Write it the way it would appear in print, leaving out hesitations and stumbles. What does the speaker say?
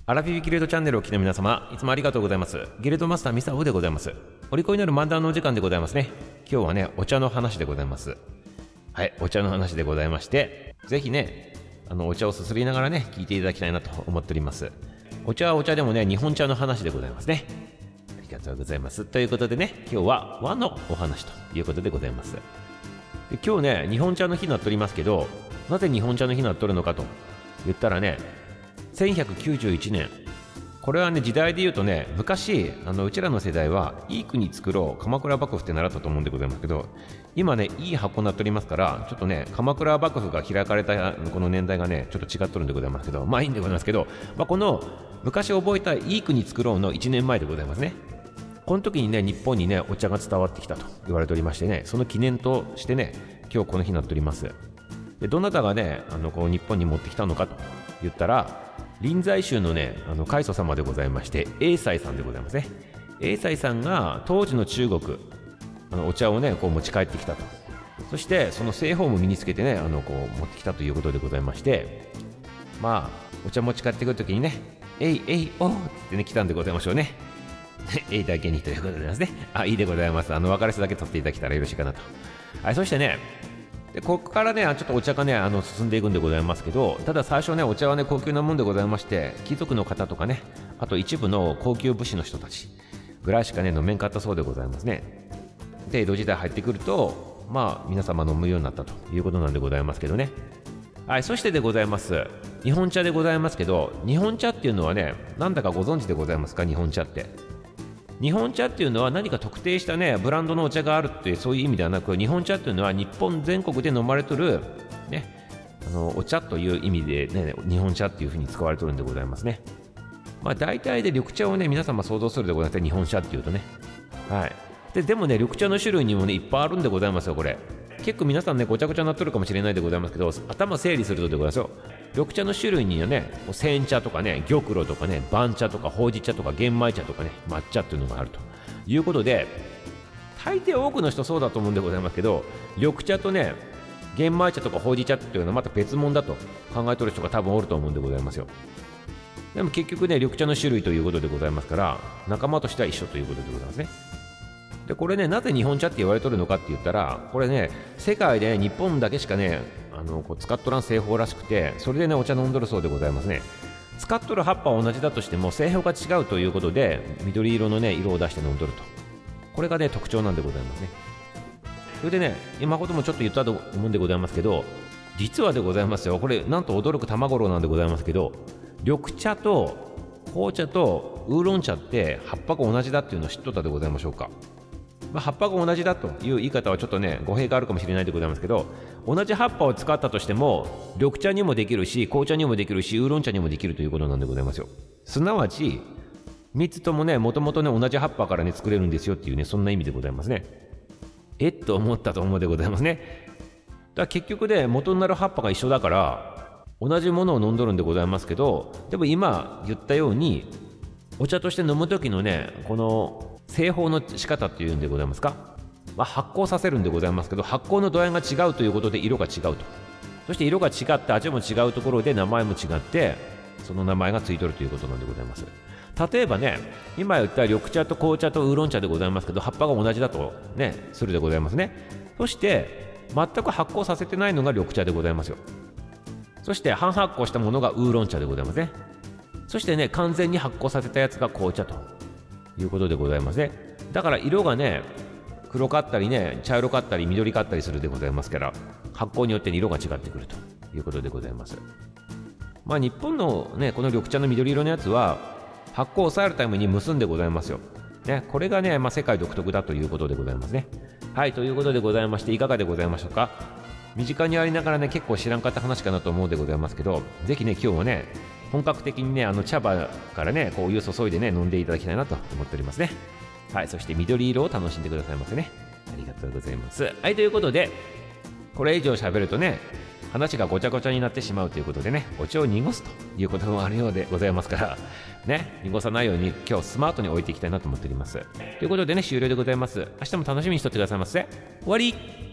アラフィビギルドチャンネルをお聞きの皆様、いつもありがとうございます。ギルドマスターミサオでございます。お利口になる漫談のお時間でございますね。今日はね、お茶の話でございます。はい、お茶の話でございまして、ぜひね、お茶をすすりながらね、聞いていただきたいなと思っております。お茶はお茶でもね、日本茶の話でございますね。ありがとうございます。ということでね、今日は和のお話ということでございます。で今日ね、日本茶の日になっておりますけど、なぜ日本茶の日になっておるのかと言ったらね、1191年、これはね、時代で言うとね、昔うちらの世代はいい国作ろう鎌倉幕府って習ったと思うんでございますけど、今ねいい箱になっておりますから、ちょっとね鎌倉幕府が開かれたこの年代がねちょっと違っとるんでございますけど、まあいいんでございますけど、この昔覚えたいい国作ろうの1年前でございますね。この時にね、日本にねお茶が伝わってきたと言われておりましてね、その記念としてね、今日この日になっております。でどなたがねこう日本に持ってきたのかと言ったら、臨済宗のね開祖様でございまして、栄西さんでございますね。栄西さんが当時の中国お茶をねこう持ち帰ってきたと。そしてその製法も身につけてねこう持ってきたということでございまして、まあお茶持ち帰ってくるときにね、えいえいおーってね来たんでございましょうね。えいだけにということでございますね。いいでございます。分かりやすだけ取っていただけたらよろしいかなと。はい、そしてね、でここからねちょっとお茶がね進んでいくんでございますけど、ただ最初ねお茶はね高級なもんでございまして、貴族の方とかね、あと一部の高級武士の人たちぐらいしかね飲めんかったそうでございますね。で江戸時代入ってくるとまあ皆様飲むようになったということなんでございますけどね。はい、そしてでございます、日本茶でございますけど、日本茶っていうのはね、なんだかご存知でございますか？日本茶って、日本茶っていうのは何か特定したねブランドのお茶があるっていうそういう意味ではなく、日本茶っていうのは日本全国で飲まれとるねお茶という意味でね、日本茶っていう風に使われてるんでございますね。まあ大体で緑茶をね皆様想像するでございます。日本茶っていうとね、はい。でもね緑茶の種類にもねいっぱいあるんでございますよ。これ結構皆さんねごちゃごちゃになっとるかもしれないでございますけど、頭整理するとでございますよ。緑茶の種類にはね、煎茶とかね、玉露とかね、番茶とかほうじ茶とか玄米茶とかね、抹茶っていうのがあるということで、大抵多くの人そうだと思うんでございますけど、緑茶とね玄米茶とかほうじ茶っていうのはまた別物だと考えとる人が多分おると思うんでございますよ。でも結局ね緑茶の種類ということでございますから、仲間としては一緒ということでございますね。でこれね、なぜ日本茶って言われとるのかって言ったら、これね世界で日本だけしかねこう使っとらん製法らしくて、それでねお茶飲んどるそうでございますね。使っとる葉っぱは同じだとしても製法が違うということで、緑色のね色を出して飲んどると、これがね特徴なんでございますね。それでね今ほどもちょっと言ったと思うんでございますけど、実はでございますよ、これなんと驚く卵ろなんでございますけど、緑茶と紅茶とウーロン茶って葉っぱが同じだっていうのを知っとったでございましょうか？葉っぱが同じだという言い方はちょっとね語弊があるかもしれないでございますけど、同じ葉っぱを使ったとしても緑茶にもできるし紅茶にもできるしウーロン茶にもできるということなんでございますよ。すなわち3つともねもともとね同じ葉っぱからね作れるんですよっていうね、そんな意味でございますね。と思ったと思うでございますね。だから結局ね元になる葉っぱが一緒だから同じものを飲んどるんでございますけど、でも今言ったようにお茶として飲む時のねこの製法の仕方っていうんでございますか、発酵させるんでございますけど、発酵の度合いが違うということで色が違うと、そして色が違って味も違うところで名前も違って、その名前がついてるということなんでございます。例えばね今言った緑茶と紅茶とウーロン茶でございますけど、葉っぱが同じだとねするでございますね。そして全く発酵させてないのが緑茶でございますよ。そして半発酵したものがウーロン茶でございますね。そしてね完全に発酵させたやつが紅茶ということでございますね。だから色がね黒かったりね茶色かったり緑かったりするでございますから、発酵によって色が違ってくるということでございます。日本のねこの緑茶の緑色のやつは発酵を抑えるために結んでございますよ、ね、これがね、世界独特だということでございますね。はい、ということでございまして、いかがでございましょうか？身近にありながらね結構知らんかった話かなと思うでございますけど、ぜひね今日はね本格的にね茶葉からねこうお湯注いでね飲んでいただきたいなと思っておりますね。はい、そして緑色を楽しんでくださいませね。ありがとうございます。はい、ということでこれ以上喋るとね話がごちゃごちゃになってしまうということでね、お茶を濁すということもあるようでございますからね、濁さないように今日スマートに置いていきたいなと思っております。ということでね終了でございます。明日も楽しみにしとってくださいませ。終わり。